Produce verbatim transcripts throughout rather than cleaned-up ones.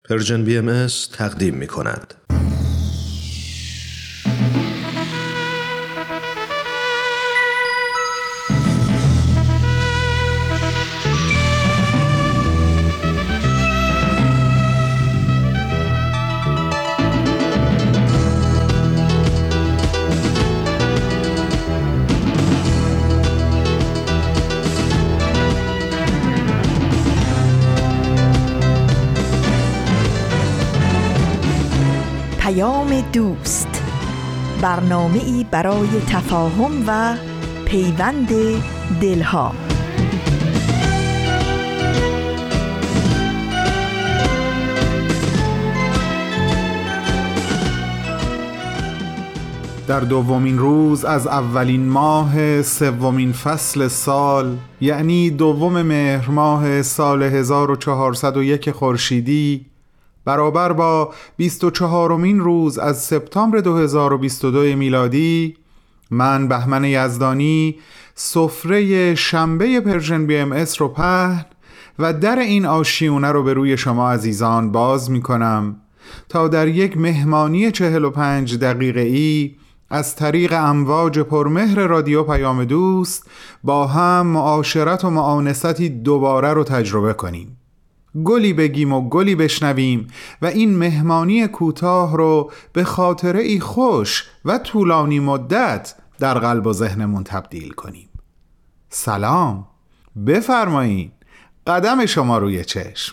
پرژن بی ام اس تقدیم می کند. دوست، برنامه‌ای برای تفاهم و پیوند دلها. در دومین روز از اولین ماه سومین فصل سال، یعنی دوم مهر ماه سال هزار و چهارصد و یک خورشیدی، برابر با بیست و چهارمین روز از سپتامبر دو هزار و بیست و دو میلادی، من بهمن یزدانی سفره شنبه پرژن بی ام اس رو پهن و در این آشیونه رو به روی شما عزیزان باز می کنم تا در یک مهمانی چهل و پنج دقیقه ای از طریق امواج پرمهر رادیو پیام دوست با هم معاشرت و معانستی دوباره رو تجربه کنیم، گلی بگیم و گلی بشنویم و این مهمانی کوتاه رو به خاطره ای خوش و طولانی مدت در قلب و ذهنمون تبدیل کنیم. سلام، بفرمایید، قدم شما روی چشم.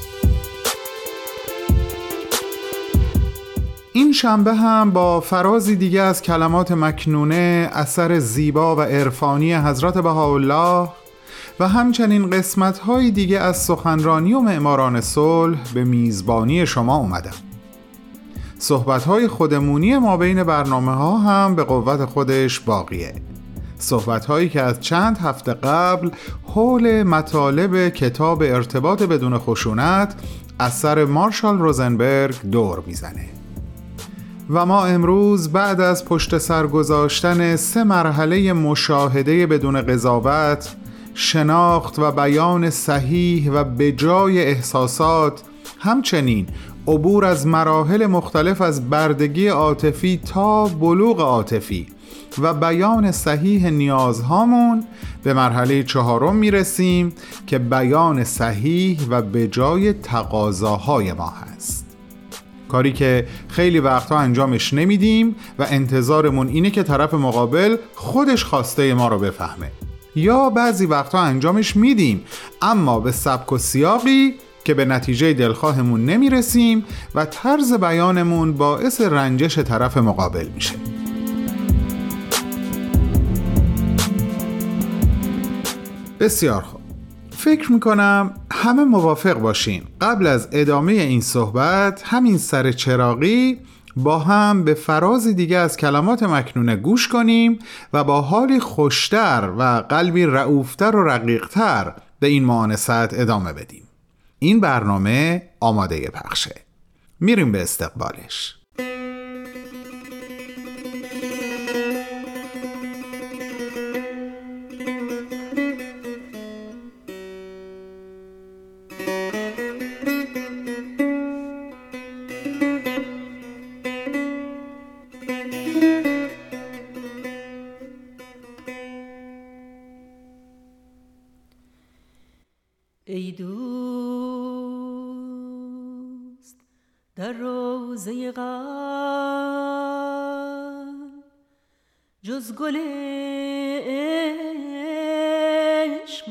این شنبه هم با فرازی دیگه از کلمات مکنونه اثر زیبا و عرفانی حضرت بهاءالله و همچنین قسمت‌های دیگه از سخنرانی و معماران صلح به میزبانی شما اومدم. صحبت‌های خودمونی ما بین برنامه‌ها هم به قوت خودش باقیه. صحبت‌هایی که از چند هفته قبل حول مطالب کتاب ارتباط بدون خشونت اثر مارشال روزنبرگ دور میزنه. و ما امروز بعد از پشت سر گذاشتن سه مرحله مشاهده بدون قضاوت، شناخت و بیان صحیح و بجای احساسات، همچنین عبور از مراحل مختلف از بردگی عاطفی تا بلوغ عاطفی و بیان صحیح نیازهامون، به مرحله چهارم میرسیم که بیان صحیح و بجای تقاضاهای ما هست. کاری که خیلی وقتا انجامش نمیدیم و انتظارمون اینه که طرف مقابل خودش خواسته ما رو بفهمه، یا بعضی وقتا انجامش میدیم اما به سبک و سیاقی که به نتیجه دلخواهمون نمیرسیم و طرز بیانمون باعث رنجش طرف مقابل میشه. بسیار خوب، فکر میکنم همه موافق باشین قبل از ادامه این صحبت همین سر چراغی با هم به فرازی دیگه از کلمات مکنونه گوش کنیم و با حالی خوشتر و قلبی رئوفتر و رقیقتر به این مؤانست ادامه بدیم. این برنامه آماده پخشه، میریم به استقبالش. ای دوست در روضه قلب جز گل عشق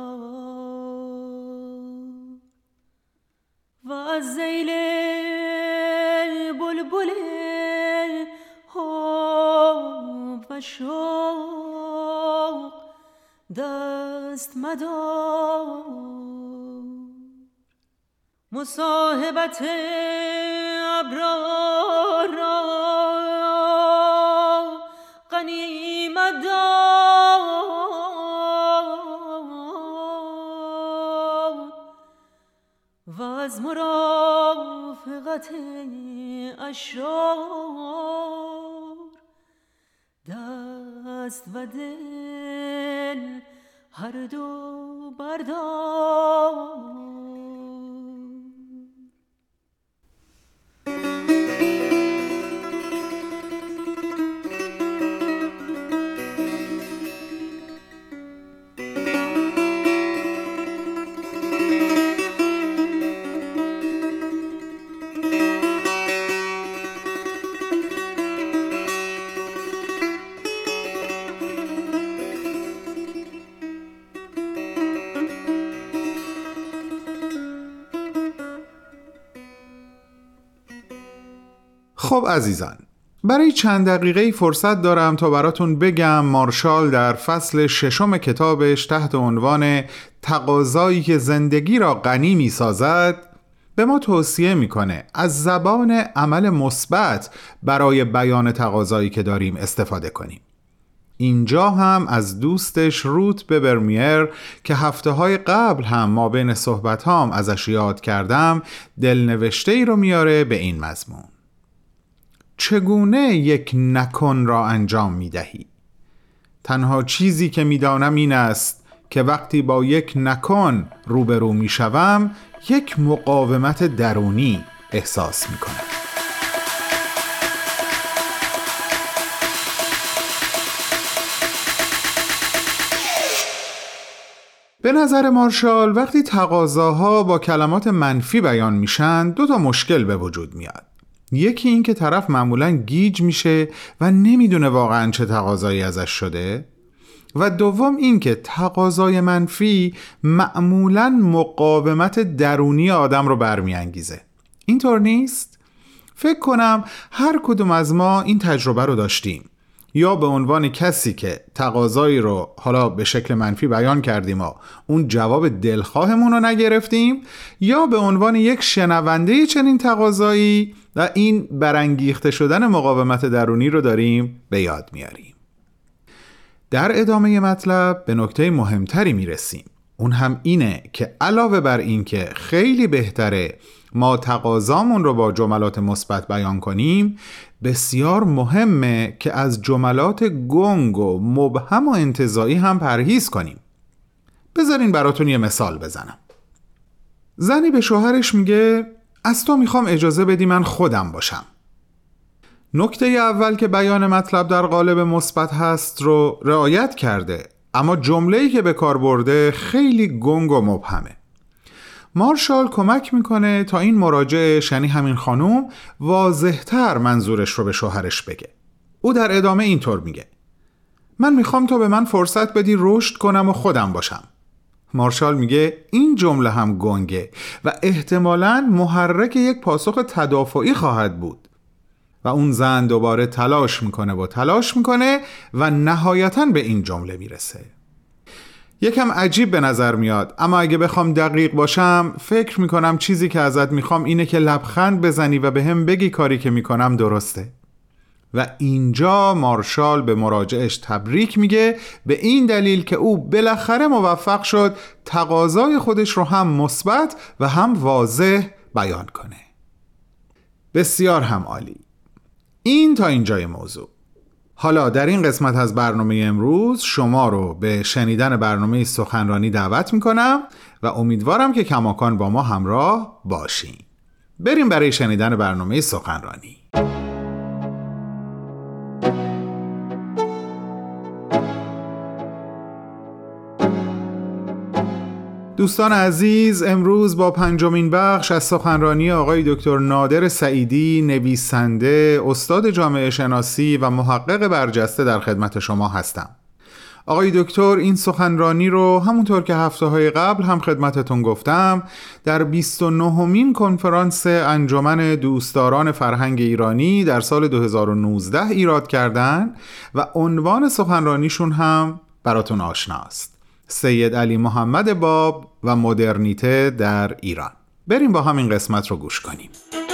مکار و از ذیل بلبل حب و شوق دست مدار. مصاحبت ابرار را غنیمت دار و از مرافقت اشرار دست و دل هر دو بردار. خب عزیزان، برای چند دقیقه فرصت دارم تا براتون بگم مارشال در فصل ششم کتابش تحت عنوان تقاضایی که زندگی را غنی می سازد به ما توصیه میکنه از زبان عمل مثبت برای بیان تقاضایی که داریم استفاده کنیم. اینجا هم از دوستش روت ببرمیر که هفته های قبل هم ما بین صحبت هام ازش یاد کردم دلنوشته ای رو میاره به این مضمون: چگونه یک نکن را انجام میدهی؟ تنها چیزی که میدانم این است که وقتی با یک نکن روبرو میشوم یک مقاومت درونی احساس میکنم. به نظر مارشال وقتی تقاضاها با کلمات منفی بیان میشن دو تا مشکل به وجود میاد. یکی این که طرف معمولاً گیج میشه و نمیدونه واقعاً چه تقاضایی ازش شده، و دوم این که تقاضای منفی معمولاً مقاومت درونی آدم رو برمیانگیزه. اینطور نیست؟ فکر کنم هر کدوم از ما این تجربه رو داشتیم، یا به عنوان کسی که تقاضایی رو حالا به شکل منفی بیان کردیم و اون جواب دلخواهمون رو نگرفتیم، یا به عنوان یک شنونده چنین تقاضایی و این برانگیخته شدن مقاومت درونی رو داریم به یاد میاریم. در ادامه مطلب به نکته مهمتری میرسیم. اون هم اینه که علاوه بر این که خیلی بهتره ما تقاضامون رو با جملات مثبت بیان کنیم، بسیار مهمه که از جملات گنگ و مبهم و انتزاعی هم پرهیز کنیم. بذارین براتون یه مثال بزنم. زنی به شوهرش میگه از تو میخوام اجازه بدی من خودم باشم. نکته اول که بیان مطلب در قالب مثبت هست رو رعایت کرده، اما جمله‌ای که به کار برده خیلی گنگ و مبهمه. مارشال کمک میکنه تا این مراجعش، یعنی همین خانوم، واضح‌تر منظورش رو به شوهرش بگه. او در ادامه اینطور میگه: من میخوام تو به من فرصت بدی رشد کنم و خودم باشم. مارشال میگه این جمله هم گنگه و احتمالاً محرک یک پاسخ تدافعی خواهد بود. و اون زن دوباره تلاش میکنه و تلاش میکنه و نهایتاً به این جمله میرسه. یکم عجیب به نظر میاد، اما اگه بخوام دقیق باشم فکر میکنم چیزی که ازت میخوام اینه که لبخند بزنی و به هم بگی کاری که میکنم درسته. و اینجا مارشال به مراجعش تبریک میگه به این دلیل که او بالاخره موفق شد تقاضای خودش رو هم مثبت و هم واضح بیان کنه. بسیار هم عالی. این تا اینجای موضوع. حالا در این قسمت از برنامه امروز شما رو به شنیدن برنامه سخنرانی دعوت میکنم و امیدوارم که کماکان با ما همراه باشین. بریم برای شنیدن برنامه سخنرانی. دوستان عزیز، امروز با پنجمین بخش از سخنرانی آقای دکتر نادر سعیدی، نویسنده، استاد جامعه شناسی و محقق برجسته در خدمت شما هستم. آقای دکتر این سخنرانی رو همونطور که هفته های قبل هم خدمتتون گفتم در بیست و نهمین کنفرانس انجمن دوستداران فرهنگ ایرانی در سال دو هزار و نوزده ایراد کردن و عنوان سخنرانیشون هم براتون آشناست: سید علی محمد باب و مدرنیته در ایران. بریم با همین قسمت رو گوش کنیم.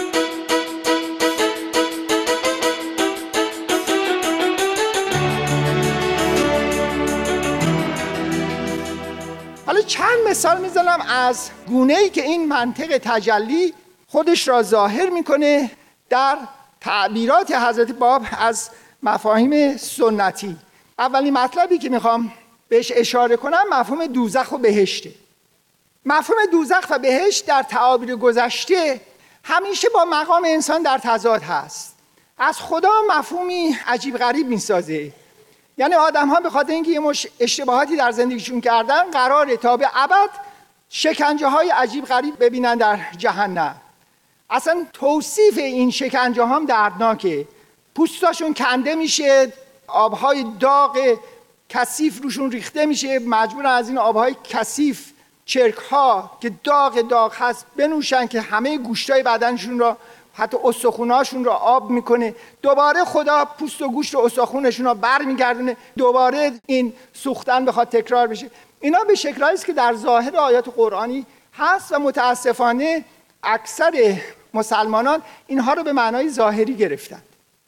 حالا چند مثال میزنم از گونه‌ای که این منطق تجلی خودش را ظاهر میکنه در تعبیرات حضرت باب از مفاهیم سنتی. اولین مطلبی که میخوام بهش اشاره کنم مفهوم دوزخ و بهشته. مفهوم دوزخ و بهشت در تعابیر گذشته همیشه با مقام انسان در تضاد هست. از خدا مفهومی عجیب غریب میسازه. یعنی آدم ها به خاطر اینکه یه مش اشتباهاتی در زندگیشون کردن قراره تا به ابد شکنجه های عجیب غریب ببینن در جهنم. اصلا توصیف این شکنجه هم دردناکه. پوستاشون کنده میشه، آبهای داغ کثیف روشون ریخته میشه، مجبورن از این آبهای کثیف چرک ها که داغ داغ هست بنوشن که همه گوشتای بدنشون را حتی استخوناشون رو آب میکنه، دوباره خدا پوست و گوشت و استخونشون رو برمیگردونه، دوباره این سوختن بخواد تکرار بشه. اینا به شکلایی است که در ظاهر آیات قرآنی هست و متاسفانه اکثر مسلمانان اینها رو به معنای ظاهری گرفتن.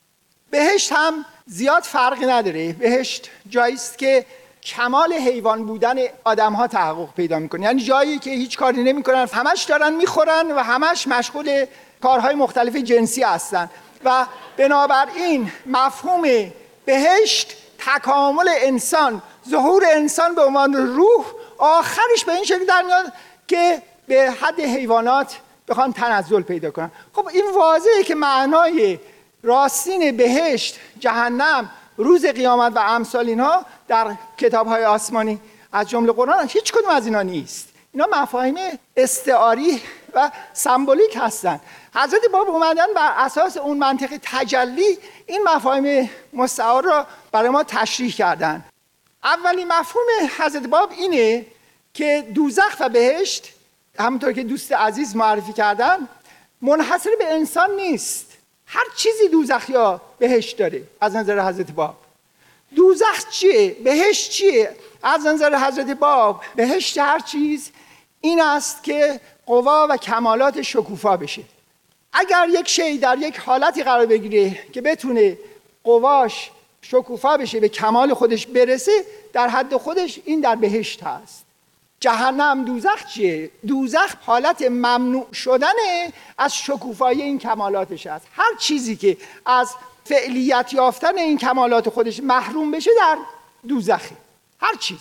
بهشت هم زیاد فرقی نداره. بهشت جایی است که کمال حیوان بودن آدم‌ها تحقق پیدا می‌کنه، یعنی جایی که هیچ کاری نمی‌کنن، همش دارن می‌خورن و همش مشغول کارهای مختلف جنسی هستن و بنابراین مفهوم بهشت تکامل انسان، ظهور انسان به عنوان روح، آخرش به این شکل در میاد که به حد حیوانات بخوان تنزل پیدا کنن. خب این واضحه که معنای راستین بهشت، جهنم، روز قیامت و امثال اینها در کتاب‌های آسمانی از جمله قرآن هیچ کدوم از اینا نیست. اینا مفاهیم استعاری و سمبولیک هستن. حضرت باب اومدن بر اساس اون منطق تجلی این مفاهیم مستعار را برای ما تشریح کردن. اولی مفهوم حضرت باب اینه که دوزخ و بهشت، همونطور که دوست عزیز معرفی کردن، منحصر به انسان نیست. هر چیزی دوزخ یا بهشت داره از نظر حضرت باب. دوزخ چیه؟ بهشت چیه؟ از نظر حضرت باب بهشت هر چیز این است که قوا و کمالات شکوفا بشه. اگر یک شی در یک حالتی قرار بگیره که بتونه قواش شکوفا بشه، به کمال خودش برسه، در حد خودش، این در بهشت هست. جهنم، دوزخ چیه؟ دوزخ حالت ممنوع شدن از شکوفایی این کمالاتش است. هر چیزی که از فعلیت یافتن این کمالات خودش محروم بشه در دوزخه. هر چیز.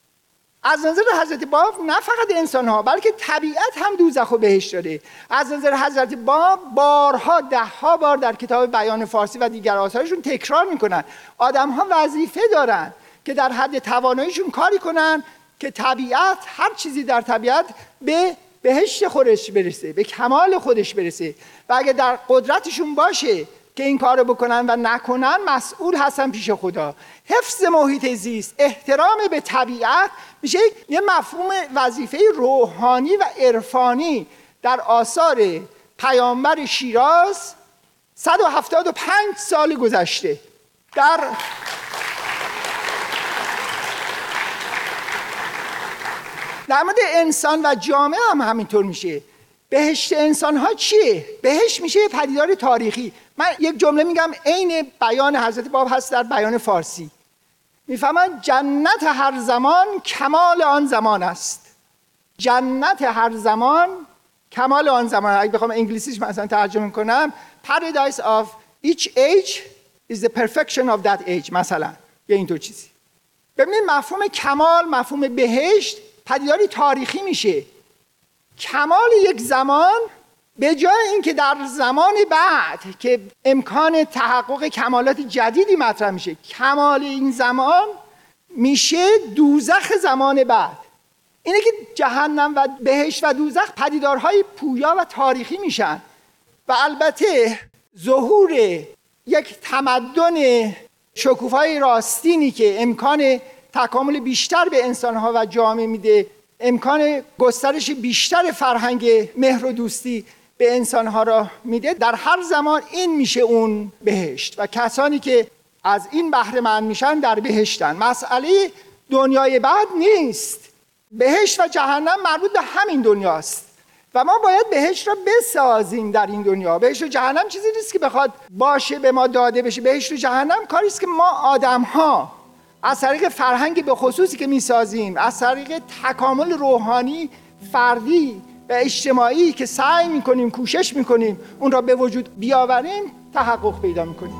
از نظر حضرت باب نه فقط انسان ها بلکه طبیعت هم دوزخ و بهشت داره. از نظر حضرت باب بارها ده ها بار در کتاب بیان فارسی و دیگر آثارشون تکرار میکنن آدم ها وظیفه دارن که در حد تواناییشون کاری کنن که طبیعت، هر چیزی در طبیعت به بهشت خودش برسه، به کمال خودش برسه و اگه در قدرتشون باشه که این کارو بکنن و نکنن، مسئول هستن پیش خدا. حفظ محیط زیست، احترام به طبیعت میشه یه مفهوم وظیفه روحانی و عرفانی در آثار پیامبر شیراز صد و هفتاد و پنج سال گذشته. در در مورد انسان و جامعه هم همینطور میشه. بهشت انسان ها چیه؟ بهشت میشه یه پدیدار تاریخی. من یک جمله میگم عین بیان حضرت باب هست در بیان فارسی. میفهمن جنت هر زمان کمال آن زمان است. جنت هر زمان کمال آن زمان. اگه بخوام انگلیسیش مثلا ترجمه کنم، paradise of each age is the perfection of that age مثلا، یا اینطور چیزی. ببینید مفهوم کمال، مفهوم بهشت پدیداری تاریخی میشه. کمال یک زمان به جای اینکه در زمان بعد که امکان تحقق کمالات جدیدی مطرح میشه، کمال این زمان میشه دوزخ زمان بعد. اینه که جهنم و بهشت و دوزخ پدیدارهای پویا و تاریخی میشن و البته ظهور یک تمدن شکوفای راستینی که امکان تکامل بیشتر به انسانها و جامعه میده، امکان گسترش بیشتر فرهنگ مهر و دوستی به انسانها را میده، در هر زمان این میشه اون بهشت و کسانی که از این بهره مند میشن در بهشتن. مسئله دنیای بعد نیست. بهشت و جهنم مربوط به همین دنیاست و ما باید بهشت را بسازیم در این دنیا. بهشت و جهنم چیزی نیست که بخواد باشه به ما داده بشه. بهشت و جهنم کاری است که ما آدم‌ها از طریق فرهنگ به خصوصی که میسازیم، از طریق تکامل روحانی فردی و اجتماعی که سعی میکنیم، کوشش میکنیم اون را به وجود بیاوریم، تحقق پیدا میکنیم.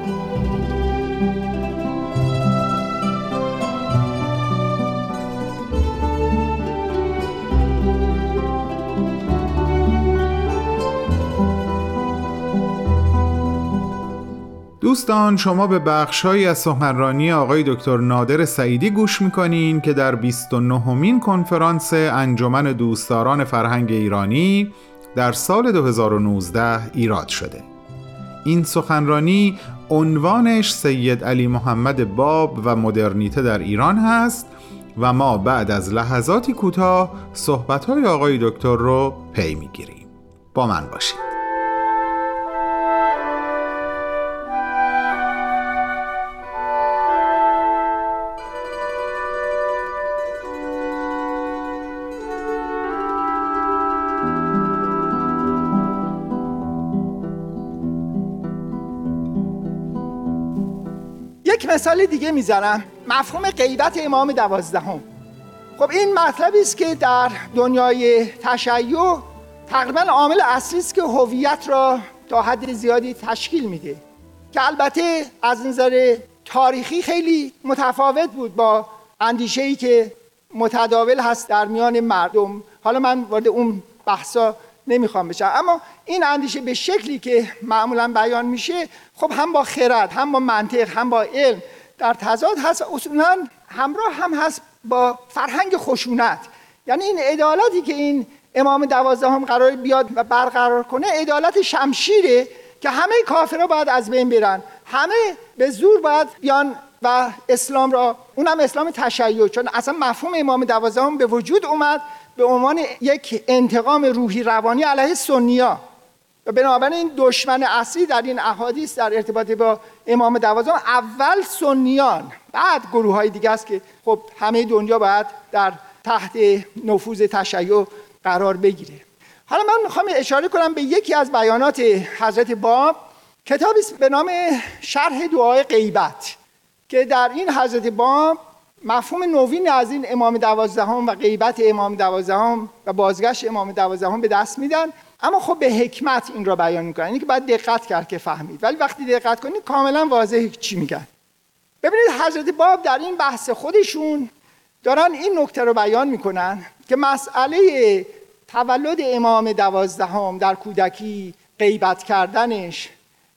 دوستان، شما به بخش‌هایی از سخنرانی آقای دکتر نادر سعیدی گوش می‌کنین که در بیست و نهمین کنفرانس انجمن دوستداران فرهنگ ایرانی در سال دو هزار و نوزده ایراد شده. این سخنرانی عنوانش سید علی محمد باب و مدرنیته در ایران هست و ما بعد از لحظاتی کوتاه صحبت‌های آقای دکتر رو پی می‌گیریم. با من باشید. یک مثال دیگه میزنم، مفهوم غیبت امام دوازدهم. خب این مطلبی است که در دنیای تشیع تقریبا عامل اصلی است که هویت را تا حد زیادی تشکیل میده، که البته از نظر تاریخی خیلی متفاوت بود با اندیشه‌ای که متداول هست در میان مردم. حالا من وارد اون بحثا نمیخوام بشم، اما این اندیشه به شکلی که معمولا بیان میشه خب هم با خرد، هم با منطق، هم با علم در تضاد هست، اصولا همراه هم هست با فرهنگ خشونت. یعنی این عدالتی که این امام دوازدهم قرار بیاد و برقرار کنه عدالت شمشیره که همه کافرها باید از بین برن، همه به زور باید بیان و اسلام را، اونم اسلام تشیع، چون اصلا مفهوم امام دوازدهم به وجود اومد به عنوان یک انتقام روحی روانی علیه سنی‌ها و بنابراین این دشمن اصلی در این احادیث در ارتباط با امام دوازدهم اول سنیان، بعد گروه های دیگه است که خب همه دنیا باید در تحت نفوذ تشیع قرار بگیره. حالا من میخوام اشاره کنم به یکی از بیانات حضرت باب، کتابی است به نام شرح دعای غیبت، که در این حضرت باب مفهوم نوین از این امام دوازدهم و غیبت امام دوازدهم و بازگشت امام دوازدهم به دست میدن، اما خب به حکمت این را بیان میکنن. اینی که باید دقت کرد که فهمید، ولی وقتی دقت کنید کاملا واضحه چی میگن. ببینید حضرت باب در این بحث خودشون دارن این نکته رو بیان میکنن که مسئله تولد امام دوازدهم در کودکی، غیبت کردنش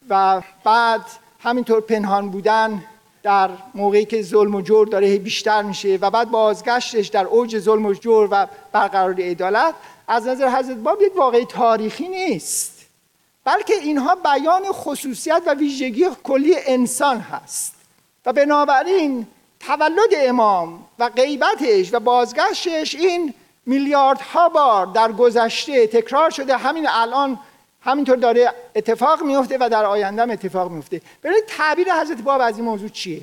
و بعد همینطور پنهان بودن در موقعی که ظلم و جور داره بیشتر میشه و بعد بازگشتش در اوج ظلم و جور و برقرار عدالت، از نظر حضرت باب یک واقعه تاریخی نیست، بلکه اینها بیان خصوصیت و ویژگی کلی انسان هست و بنابراین تولد امام و غیبتش و بازگشتش این میلیاردها بار در گذشته تکرار شده، همین الان همینطور داره اتفاق میفته و در آینده هم اتفاق میفته. ببینید تعبیر حضرت باب از این موضوع چیه؟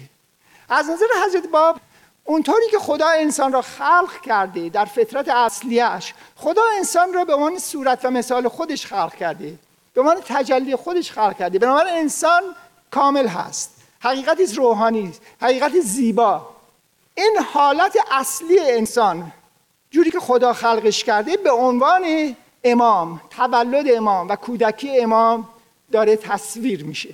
از نظر حضرت باب اونطوری که خدا انسان را خلق کرده در فطرت اصلیش، خدا انسان را به عنوان صورت و مثال خودش خلق کرده، به عنوان تجلی خودش خلق کرده، بنابراین انسان کامل هست، حقیقتی روحانی است، حقیقت زیبا. این حالت اصلی انسان جوری که خدا خلقش کرده به عنوان امام، تولد امام و کودکی امام داره تصویر میشه.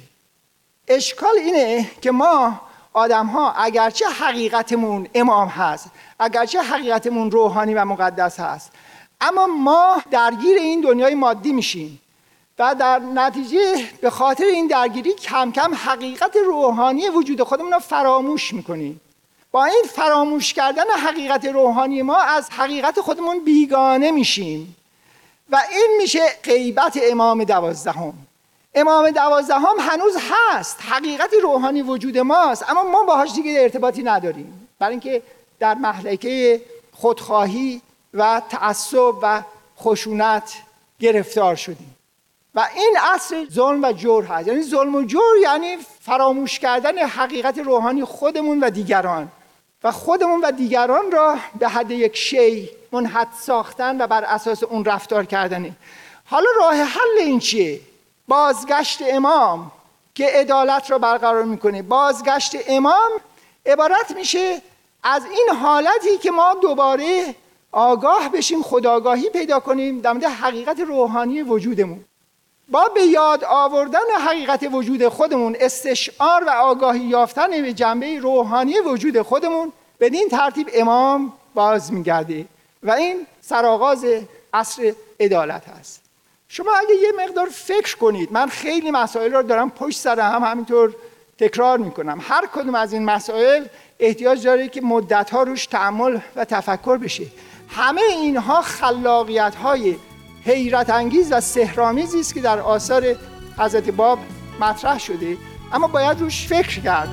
اشکال اینه که ما آدم ها اگرچه حقیقتمون امام هست، اگرچه حقیقتمون روحانی و مقدس هست، اما ما درگیر این دنیای مادی میشیم و در نتیجه به خاطر این درگیری کم کم حقیقت روحانی وجود خودمون رو فراموش میکنیم. با این فراموش کردن حقیقت روحانی ما از حقیقت خودمون بیگانه میشیم و این میشه غیبت امام دوازدهم. امام دوازدهم هنوز هست، حقیقت روحانی وجود ماست، اما ما باهاش دیگه ارتباطی نداریم، برای اینکه در مهلکه خودخواهی و تعصب و خشونت گرفتار شدیم و این اصل ظلم و جور هست. یعنی ظلم و جور یعنی فراموش کردن حقیقت روحانی خودمون و دیگران و خودمون و دیگران را به حد یک شی منحط ساختن و بر اساس اون رفتار کردنه. حالا راه حل این چیه؟ بازگشت امام که عدالت را برقرار میکنه. بازگشت امام عبارت میشه از این حالتی که ما دوباره آگاه بشیم، خودآگاهی پیدا کنیم در مورد حقیقت روحانی وجودمون. با به یاد آوردن حقیقت وجود خودمون، استشعار و آگاهی یافتن به جنبه روحانی وجود خودمون، بدین ترتیب امام باز میگرده و این سرآغاز عصر عدالت هست. شما اگه یه مقدار فکر کنید، من خیلی مسائل رو دارم پشت سر هم همینطور تکرار میکنم، هر کدوم از این مسائل احتیاج داره که مدت‌ها روش تأمل و تفکر بشه. همه اینها خلاقیت‌های حیرت انگیز و سحرآمیزی است که در آثار حضرت باب مطرح شده، اما باید روش فکر کرد.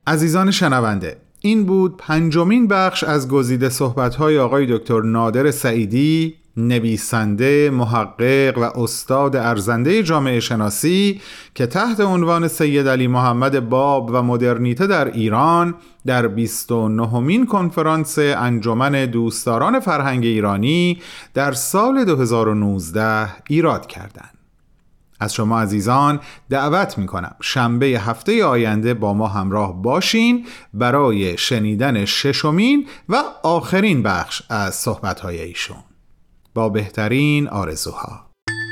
عزیزان شنونده، این بود پنجمین بخش از گزیده صحبت‌های آقای دکتر نادر سعیدی، نویسنده، محقق و استاد ارزنده جامعه شناسی که تحت عنوان سید علی محمد باب و مدرنیته در ایران در بیست و نهمین کنفرانس انجمن دوستداران فرهنگ ایرانی در سال دو هزار و نوزده ایراد کردند. از شما عزیزان دعوت میکنم شنبه هفته آینده با ما همراه باشین برای شنیدن ششمین و آخرین بخش از صحبت‌های ایشون. با بهترین آرزوها.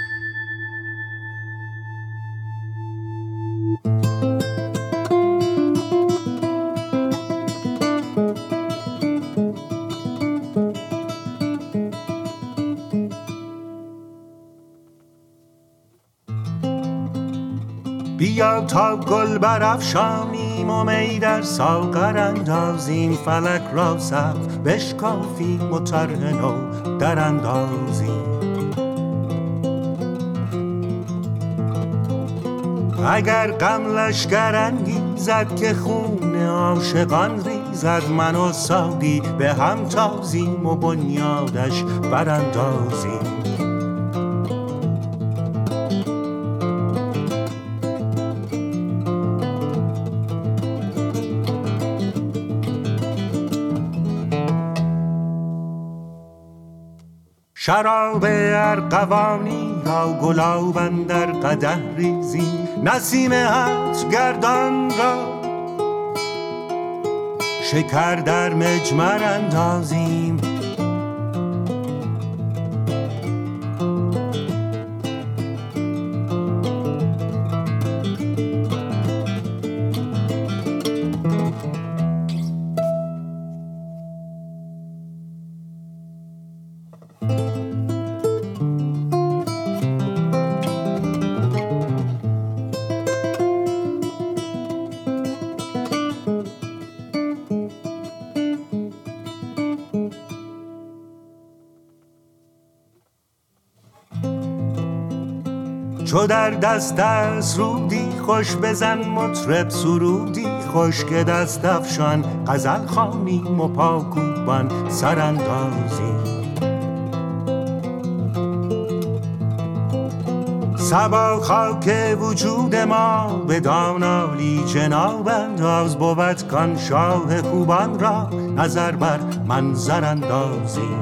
بیا تا گل برافشانیم و می در ساغر اندازیم، فلک را سقف بشکافیم و طرح نو در اندازیم. اگر غم لشکر انگیزد که خون عاشقان ریزد، من و ساقی به هم تازیم و بنیادش براندازیم. شراب ارغوانی را گلاب اندر قدح ریزیم، نسیم عطر گردان را شکر در مجمر اندازیم. چو در دست از رودی خوش بزن مطرب سرودی خوش، که دست افشان غزل خوانیم و پاکوبان سراندازیم. صبا خاک وجود ما بدان عالی جناب انداز، بود کان شاه خوبان را نظر بر منظر اندازیم.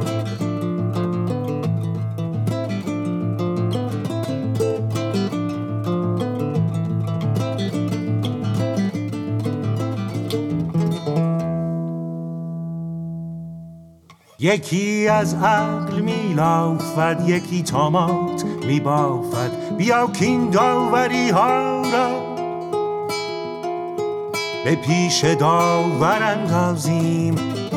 یکی از عقل می لافد یکی طامات می بافد، بیا کین داوری ها را به پیش داور اندازیم.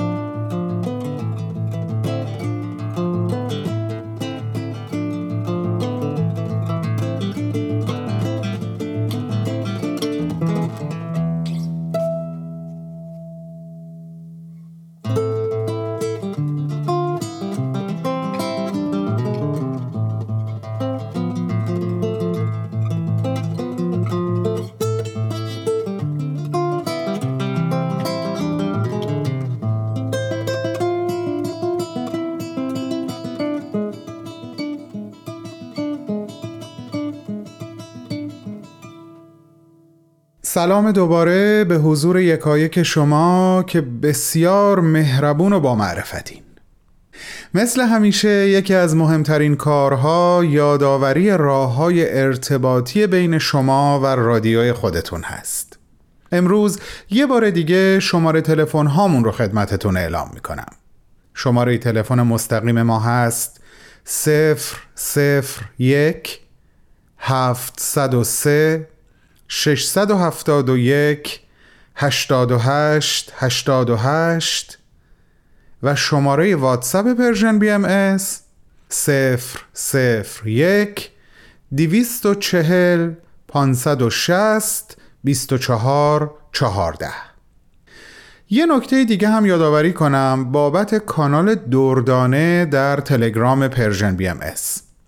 سلام دوباره به حضور یکایک شما که بسیار مهربون و با معرفتین. مثل همیشه یکی از مهمترین کارها یادآوری راه‌های ارتباطی بین شما و رادیوی خودتون هست. امروز یه بار دیگه شماره تلفن هامون رو خدمتتون اعلام میکنم. شماره تلفن مستقیم ما هست صفر صفر یک هفتصد و سه ششصد و هفتاد و یک هشتاد و هشت هشتاد و هشت و شماره واتساپ پرژن بی ام اس صفر صفر یک دویست و چهل پانصد و شصت بیست و چهار چهارده. یه نکته دیگه هم یادآوری کنم بابت کانال دردانه در تلگرام پرژن بی ام اس.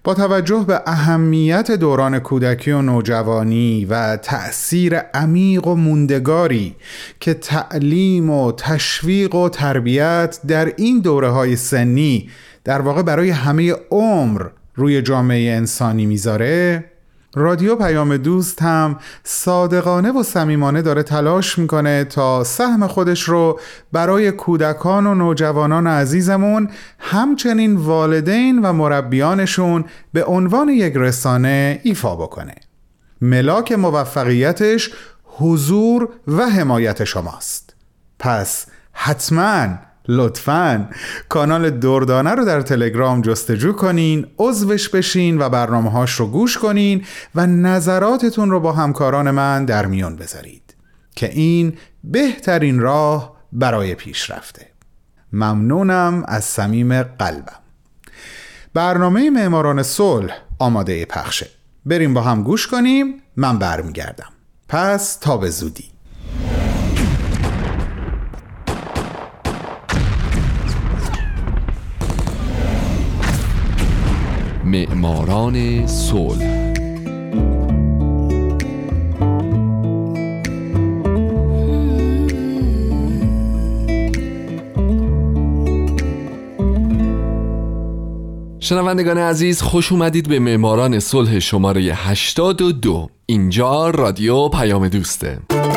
با توجه به اهمیت دوران کودکی و نوجوانی و تأثیر عمیق و موندگاری که تعلیم و تشویق و تربیت در این دوره‌های سنی در واقع برای همه عمر روی جامعه انسانی میذاره، رادیو پیام دوست هم صادقانه و صمیمانه داره تلاش میکنه تا سهم خودش رو برای کودکان و نوجوانان عزیزمون، همچنین والدین و مربیانشون به عنوان یک رسانه ایفا بکنه. ملاک موفقیتش حضور و حمایت شماست. پس حتماً لطفاً کانال دردانه رو در تلگرام جستجو کنین، عضوش بشین و برنامه‌هاش رو گوش کنین و نظراتتون رو با همکاران من در میون بذارید که این بهترین راه برای پیشرفته. ممنونم از صمیم قلبم. برنامه معماران صلح آماده پخشه. بریم با هم گوش کنیم، من برمیگردم. پس تا به زودی. معماران صلح. شنوندگان عزیز، خوش اومدید به معماران صلح شماره هشتاد و دو. اینجا رادیو پیام دوسته.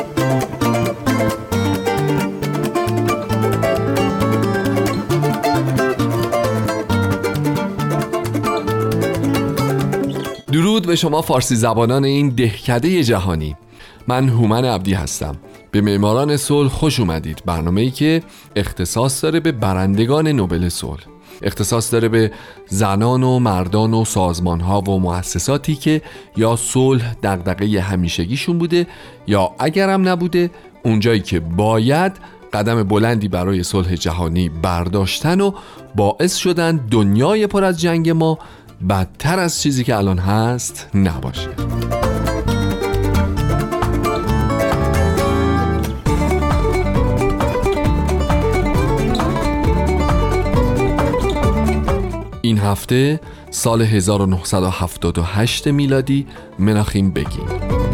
درود به شما فارسی زبانان این دهکده جهانی. من هومن عبدی هستم. به معماران صلح خوش اومدید. برنامه‌ای که اختصاص داره به برندگان نوبل صلح، اختصاص داره به زنان و مردان و سازمان‌ها و مؤسساتی که یا صلح دغدغه همیشگیشون بوده یا اگرم نبوده، اونجایی که باید قدم بلندی برای صلح جهانی برداشتن و باعث شدن دنیای پر از جنگ ما بدتر از چیزی که الان هست نباشه. این هفته سال هزار و نهصد و هفتاد و هشت میلادی، مناخیم بگین.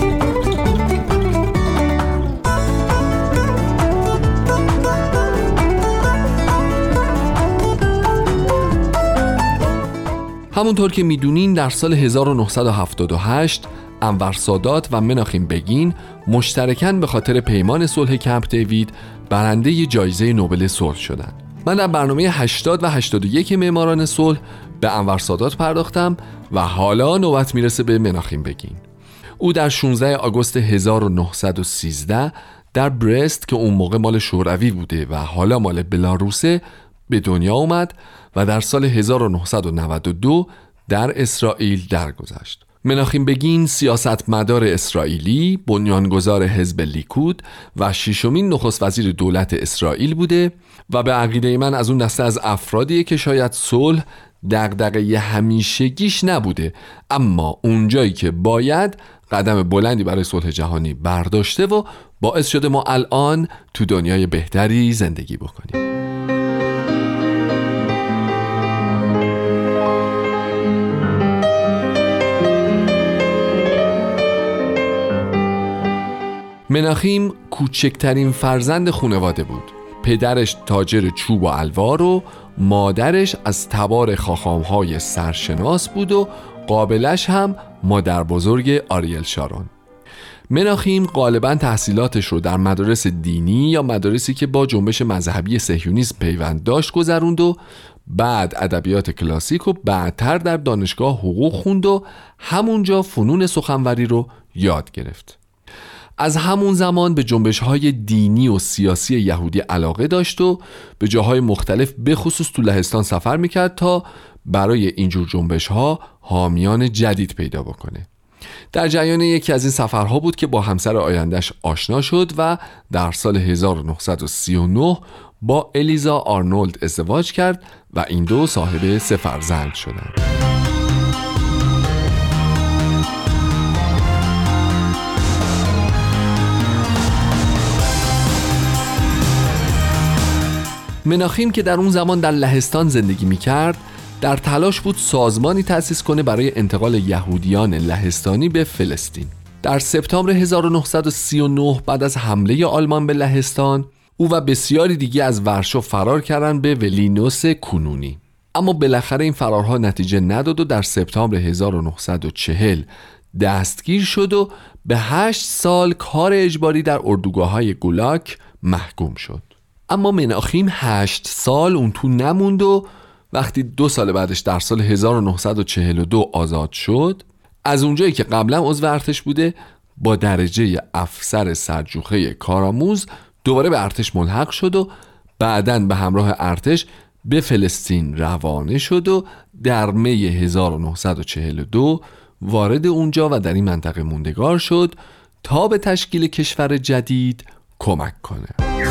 همونطور که میدونین در سال هزار و نهصد و هفتاد و هشت انور سادات و مناخیم بگین مشترکاً به خاطر پیمان صلح کمپ دیوید برنده جایزه نوبل صلح شدند. من در برنامه هشتاد و هشتاد و یک معماران صلح به انور سادات پرداختم و حالا نوبت میرسه به مناخیم بگین. او در شانزده آگوست هزار و نهصد و سیزده در برست که اون موقع مال شوروی بوده و حالا مال بلاروسه به دنیا اومد و در سال هزار و نهصد و نود و دو در اسرائیل درگذشت. مناخیم بگین سیاستمدار اسرائیلی، بنیانگذار حزب لیکود و ششمین نخست وزیر دولت اسرائیل بوده و به عقیده من از اون دسته از افرادیه که شاید صلح دغدغه همیشگیش نبوده، اما اونجایی که باید قدم بلندی برای صلح جهانی برداشته و باعث شده ما الان تو دنیای بهتری زندگی بکنیم. مناخیم کوچکترین فرزند خانواده بود. پدرش تاجر چوب و الوار و مادرش از تبار خاخام‌های سرشناس بود و قابلش هم مادر بزرگ آریل شارون. مناخیم غالباً تحصیلاتش رو در مدارس دینی یا مدارسی که با جنبش مذهبی صهیونیسم پیوند داشت گذروند و بعد ادبیات کلاسیک و بعدتر در دانشگاه حقوق خوند و همونجا فنون سخنوری رو یاد گرفت. از همون زمان به جنبش‌های دینی و سیاسی یهودی علاقه داشت و به جاهای مختلف به خصوص تو لهستان سفر میکرد تا برای اینجور جنبش‌ها حامیان جدید پیدا بکنه. در جریان یکی از این سفرها بود که با همسر آینده‌اش آشنا شد و در سال هزار و نهصد و سی و نه با الیزا آرنولد ازدواج کرد و این دو صاحب سه فرزند شدند. مناخیم که در اون زمان در لهستان زندگی میکرد در تلاش بود سازمانی تأسیس کنه برای انتقال یهودیان لهستانی به فلسطین. در سپتامبر هزار و نهصد و سی و نه بعد از حمله آلمان به لهستان، او و بسیاری دیگه از ورشو فرار کردن به ولینوس کنونی. اما بالاخره این فرارها نتیجه نداد و در سپتامبر هزار و نهصد و چهل دستگیر شد و به هشت سال کار اجباری در اردوگاه‌های گولاک محکوم شد. اما مناخیم هشت سال اون تو نموند و وقتی دو سال بعدش در سال هزار و نهصد و چهل و دو آزاد شد، از اونجایی که قبلا عضو ارتش بوده با درجه افسر سرجوخه کارآموز دوباره به ارتش ملحق شد و بعداً به همراه ارتش به فلسطین روانه شد و در می هزار و نهصد و چهل و دو وارد اونجا و در این منطقه موندگار شد تا به تشکیل کشور جدید کمک کنه.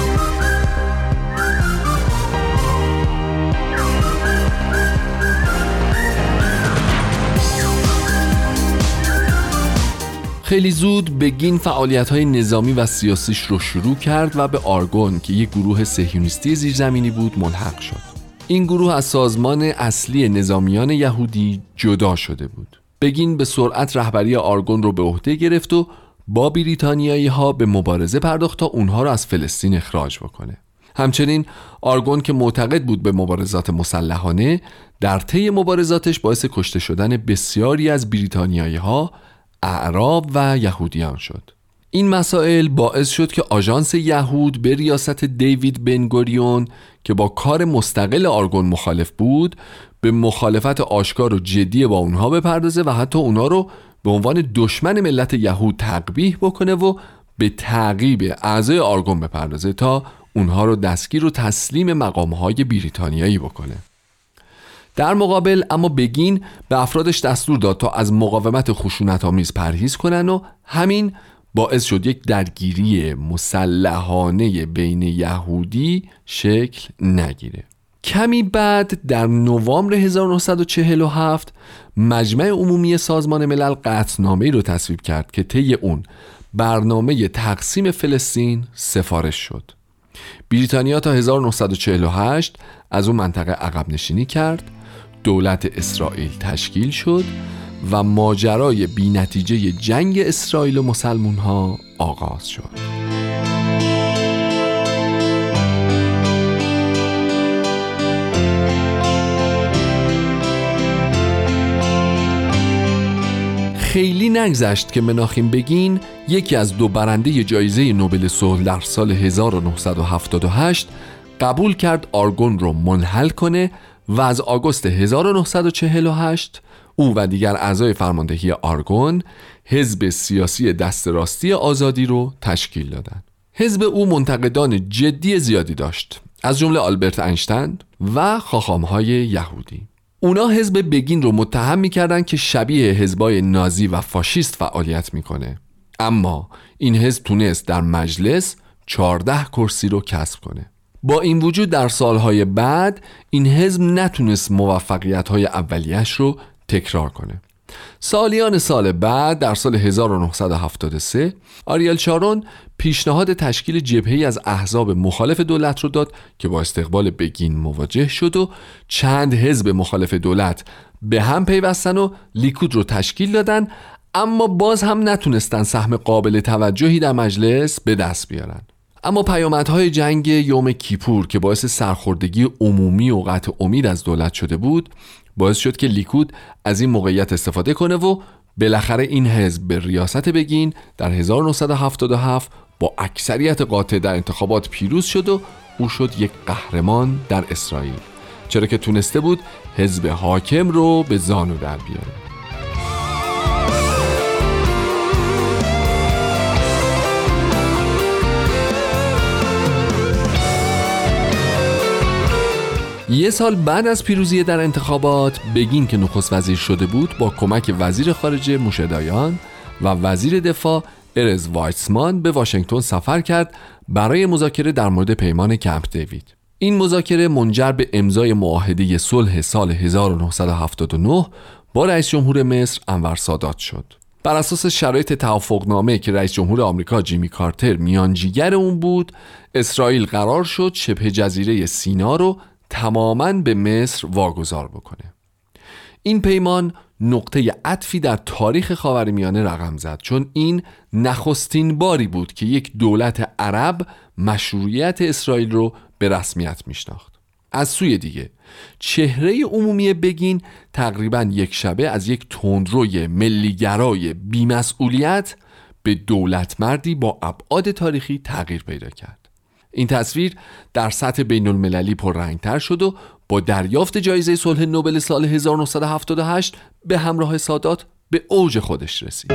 خیلی زود بگین فعالیت‌های نظامی و سیاسیش رو شروع کرد و به آرگون که یک گروه صهیونیستی زیرزمینی بود ملحق شد. این گروه از سازمان اصلی نظامیان یهودی جدا شده بود. بگین به سرعت رهبری آرگون رو به عهده گرفت و با بریتانیایی‌ها به مبارزه پرداخت تا اونها رو از فلسطین اخراج بکنه. همچنین آرگون که معتقد بود به مبارزات مسلحانه، در طی مبارزاتش باعث کشته شدن بسیاری از بریتانیایی‌ها، اعراب و یهودیان شد. این مسائل باعث شد که آژانس یهود به ریاست دیوید بنگوریون که با کار مستقل آرگون مخالف بود، به مخالفت آشکار و جدی با اونها بپردازه و حتی اونها رو به عنوان دشمن ملت یهود تقبیح بکنه و به تعقیب اعضای آرگون بپردازه تا اونها رو دستگیر و تسلیم مقامهای بریتانیایی بکنه. در مقابل اما بگین به افرادش دستور داد تا از مقاومت خشونت‌آمیز پرهیز کنن و همین باعث شد یک درگیری مسلحانه بین یهودی شکل نگیره. کمی بعد در نوامبر هزار و نهصد و چهل و هفت مجمع عمومی سازمان ملل قطعنامه‌ای رو تصویب کرد که طی اون برنامه تقسیم فلسطین سفارش شد. بریتانیا تا هزار و نهصد و چهل و هشت از اون منطقه عقب نشینی کرد، دولت اسرائیل تشکیل شد و ماجرای بی‌نتیجه جنگ اسرائیل و مسلمون ها آغاز شد. خیلی نگذشت که مناخیم بگین یکی از دو برنده جایزه نوبل صلح در سال هزار و نهصد و هفتاد و هشت قبول کرد آرگون رو منحل کنه و از آگوست هزار و نهصد و چهل و هشت او و دیگر اعضای فرماندهی آرگون حزب سیاسی دست راستی آزادی رو تشکیل دادند. حزب او منتقدان جدی زیادی داشت، از جمله آلبرت اینشتین و خاخام‌های یهودی. اونا حزب بگین رو متهم می‌کردن که شبیه حزبای نازی و فاشیست فعالیت میکنه، اما این حزب تونست در مجلس چهارده کرسی رو کسب کنه. با این وجود در سالهای بعد این حزب نتونست موفقیت‌های اولیه‌اش رو تکرار کنه. سالیان سال بعد در سال هزار و نهصد و هفتاد و سه آریل شارون پیشنهاد تشکیل جبهه‌ای از احزاب مخالف دولت رو داد که با استقبال بگین مواجه شد و چند حزب مخالف دولت به هم پیوستن و لیکود رو تشکیل دادن، اما باز هم نتونستن سهم قابل توجهی در مجلس به دست بیارن. اما پیامدهای جنگ یوم کیپور که باعث سرخوردگی عمومی و قطع امید از دولت شده بود باعث شد که لیکود از این موقعیت استفاده کنه و بالاخره این حزب به ریاست بگین در هزار و نهصد و هفتاد و هفت با اکثریت قاطع در انتخابات پیروز شد و او شد یک قهرمان در اسرائیل، چرا که تونسته بود حزب حاکم رو به زانو در بیاره. یه سال بعد از پیروزی در انتخابات بگین که نخست وزیر شده بود با کمک وزیر خارجه موشه دایان و وزیر دفاع ارز وایتسمان به واشنگتن سفر کرد برای مذاکره در مورد پیمان کمپ دیوید. این مذاکره منجر به امضای معاهده صلح سال هزار و نهصد و هفتاد و نه با رئیس جمهور مصر انور سادات شد. بر اساس شرایط توافقنامه که رئیس جمهور آمریکا جیمی کارتر میانجیگر اون بود، اسرائیل قرار شد شبه جزیره سینا رو تماماً به مصر واگذار بکنه. این پیمان نقطه عطفی در تاریخ خاورمیانه رقم زد، چون این نخستین باری بود که یک دولت عرب مشروعیت اسرائیل رو به رسمیت میشناخت. از سوی دیگه چهره عمومی بگین تقریباً یک شبه از یک تندروی ملیگرای بی‌مسئولیت به دولت مردی با ابعاد تاریخی تغییر پیدا کرد. این تصویر در سطح بین المللی پررنگتر شد و با دریافت جایزه صلح نوبل سال هزار و نهصد و هفتاد و هشت به همراه سادات به اوج خودش رسید.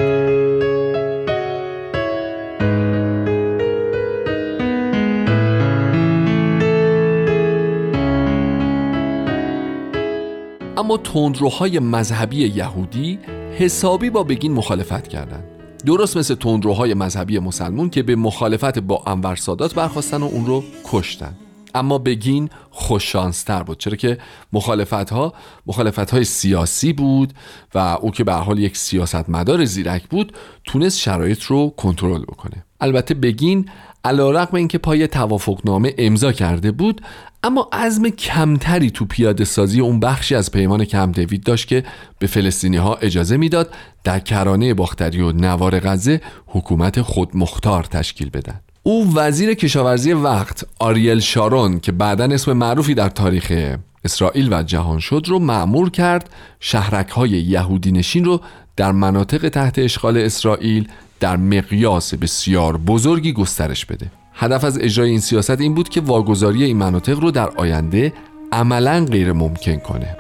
اما تندروهای مذهبی یهودی حسابی با بگین مخالفت کردند. درست مثل تندروهای مذهبی مسلمون که به مخالفت با انور سادات برخاستن و اون رو کشتن. اما بگین خوششانستر بود، چرا که مخالفت‌ها مخالفت‌های سیاسی بود و او که به هر حال یک سیاستمدار زیرک بود تونست شرایط رو کنترل بکنه. البته بگین علیرغم اینکه پای توافقنامه امضا کرده بود، اما عزم کمتری تو پیاده سازی اون بخشی از پیمان کمپ دیوید داشت که به فلسطینی‌ها اجازه میداد در کرانه باختری و نوار غزه حکومت خودمختار تشکیل بدن. او وزیر کشاورزی وقت آریل شارون که بعداً اسم معروفی در تاریخ اسرائیل و جهان شد رو مأمور کرد شهرک‌های یهودی نشین رو در مناطق تحت اشغال اسرائیل در مقیاس بسیار بزرگی گسترش بده. هدف از اجرای این سیاست این بود که واگذاری این مناطق رو در آینده عملاً غیر ممکن کنه.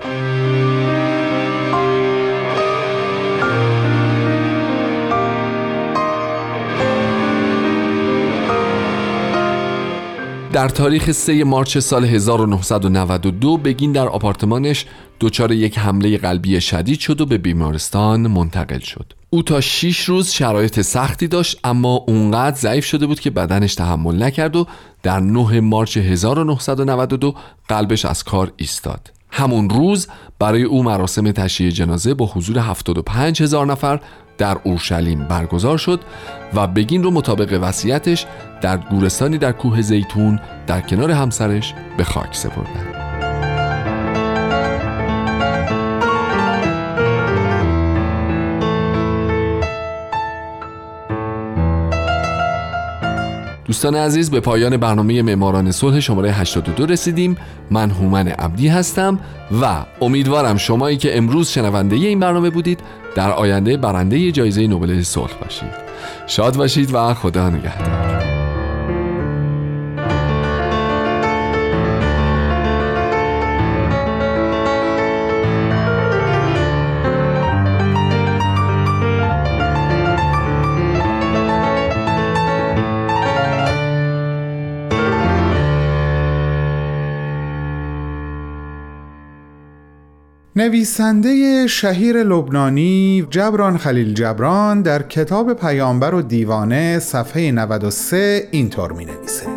در تاریخ سه مارس سال هزار و نهصد و نود و دو بگین در آپارتمانش دچار یک حمله قلبی شدید شد و به بیمارستان منتقل شد. او تا شش روز شرایط سختی داشت، اما اونقدر ضعیف شده بود که بدنش تحمل نکرد و در نه مارس هزار و نهصد و نود و دو قلبش از کار ایستاد. همون روز برای او مراسم تشییع جنازه با حضور هفتاد و پنج هزار نفر در اورشلیم برگزار شد و بگین رو مطابق وصیتش در گورستانی در کوه زیتون در کنار همسرش به خاک سپردند. دوستان عزیز، به پایان برنامه معماران صلح شماره هشتاد و دو رسیدیم. من هومن عبدی هستم و امیدوارم شمایی که امروز شنونده این برنامه بودید در آینده برنده جایزه نوبل صلح باشید. شاد باشید و خدا نگهدار. نویسنده شهیر لبنانی جبران خلیل جبران در کتاب پیامبر و دیوانه صفحه نود و سه اینطور می نویسه: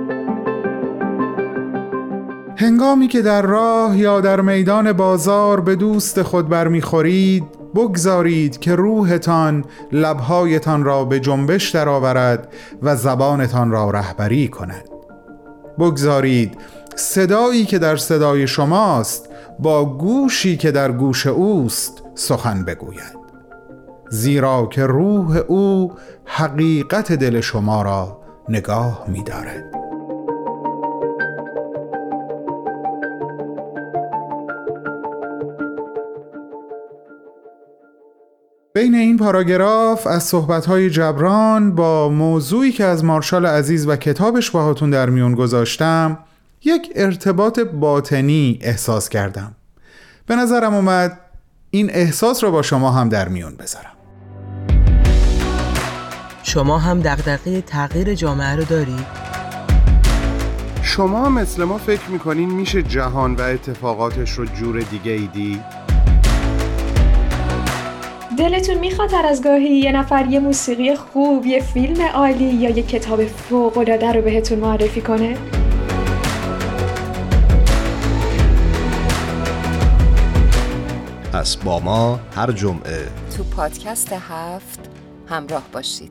هنگامی که در راه یا در میدان بازار به دوست خود برمیخورید، بگذارید که روحتان لبهایتان را به جنبش درآورد و زبانتان را رهبری کند. بگذارید صدایی که در صدای شماست با گوشی که در گوش اوست سخن بگوید، زیرا که روح او حقیقت دل شما را نگاه می دارد. بین این پاراگراف از صحبت‌های جبران با موضوعی که از مارشال عزیز و کتابش باهاتون در میون گذاشتم یک ارتباط باطنی احساس کردم. به نظرم اومد این احساس رو با شما هم در میون بذارم. شما هم دغدغه تغییر جامعه رو دارید؟ شما مثل ما فکر میکنین میشه جهان و اتفاقاتش رو جور دیگه ای دید؟ دلتون میخواد هر از گاهی یه نفر یه موسیقی خوب، یه فیلم عالی یا یه کتاب فوق‌العاده رو بهتون معرفی کنه؟ پس با ما هر جمعه تو پادکست هفت همراه باشید.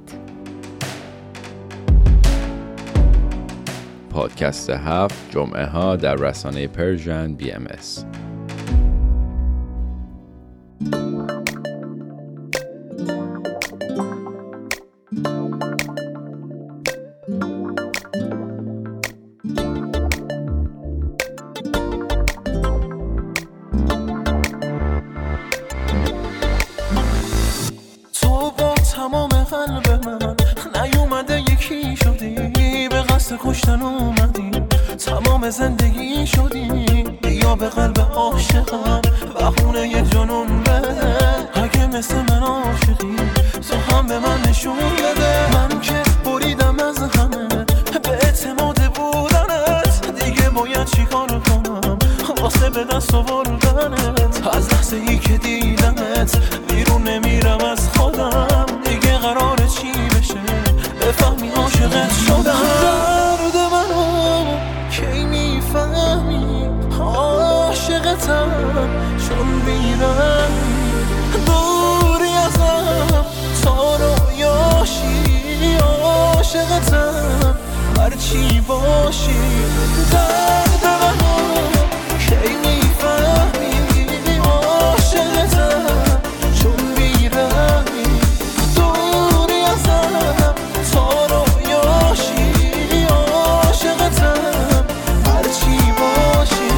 پادکست هفت جمعه ها در رسانه پرژن بی ام اس. کشتن اومدی تمام زندگی شدی یا به قلب عاشقم بهونه یه جنون بده اگه مثل من عاشقی تو هم به من نشون بده من که بریدم از همه به اعتماد بودنت دیگه باید چی کار کنم واسه به دست آوردنت از لحظه ای که دیدمت بیرون نمیرم از خودم دیگه قراره چی بشه بفهمی عاشقت شدم درد منو کی میفهمی عاشقتم چون بیرمی دوری ازم تا رویاشی عاشقتم هرچی باشی درد منو کی میفهمی عاشقتم چون بیرمی دوری ازم تا رویاشی عاشقتم هرچی باشی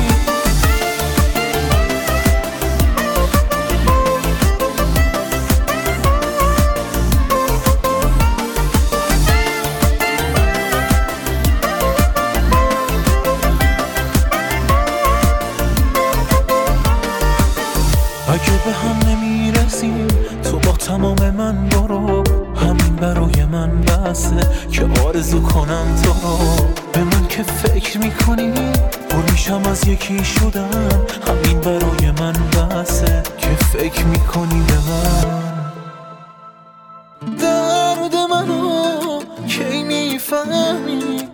اگه به هم نمیرسیم تو با تمام من برو همین برای من بسه که آرزو کنم تو رو به من که فکر میکنی پر میشم از یکی شدن همین برای من بسه که فکر میکنی به من درد منو کی میفهمی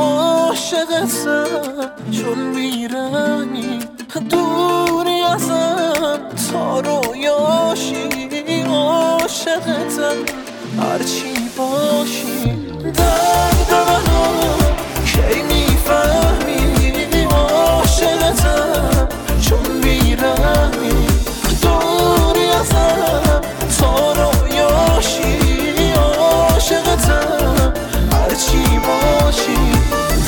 عاشقتم چون بیرمی دوری ازم تا رویاشی عاشقتم هرچی باشی درد منو کی میفهمی عاشقتم چون بیرمی دوری ازم تا رویاشی عاشقتم هرچی باشی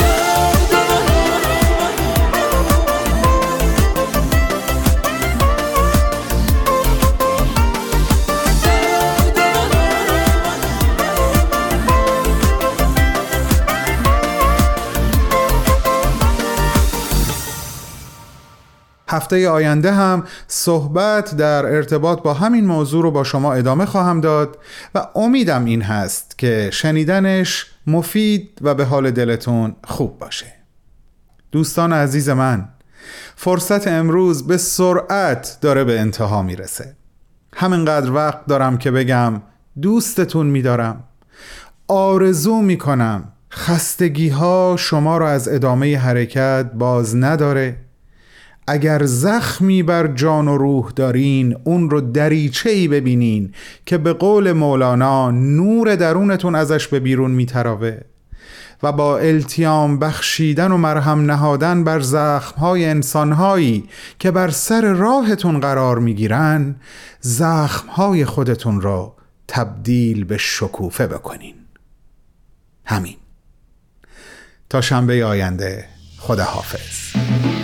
هفته آینده هم صحبت در ارتباط با همین موضوع رو با شما ادامه خواهم داد و امیدم این هست که شنیدنش مفید و به حال دلتون خوب باشه. دوستان عزیز من، فرصت امروز به سرعت داره به انتها میرسه. همینقدر وقت دارم که بگم دوستتون میدارم، آرزو میکنم خستگی ها شما را از ادامه حرکت باز نداره. اگر زخمی بر جان و روح دارین اون رو دریچه‌ای ببینین که به قول مولانا نور درونتون ازش به بیرون میتراوه و با التیام بخشیدن و مرهم نهادن بر زخمهای انسانهایی که بر سر راهتون قرار میگیرن زخمهای خودتون رو تبدیل به شکوفه بکنین. همین. تا شنبه آینده، خدا حافظ.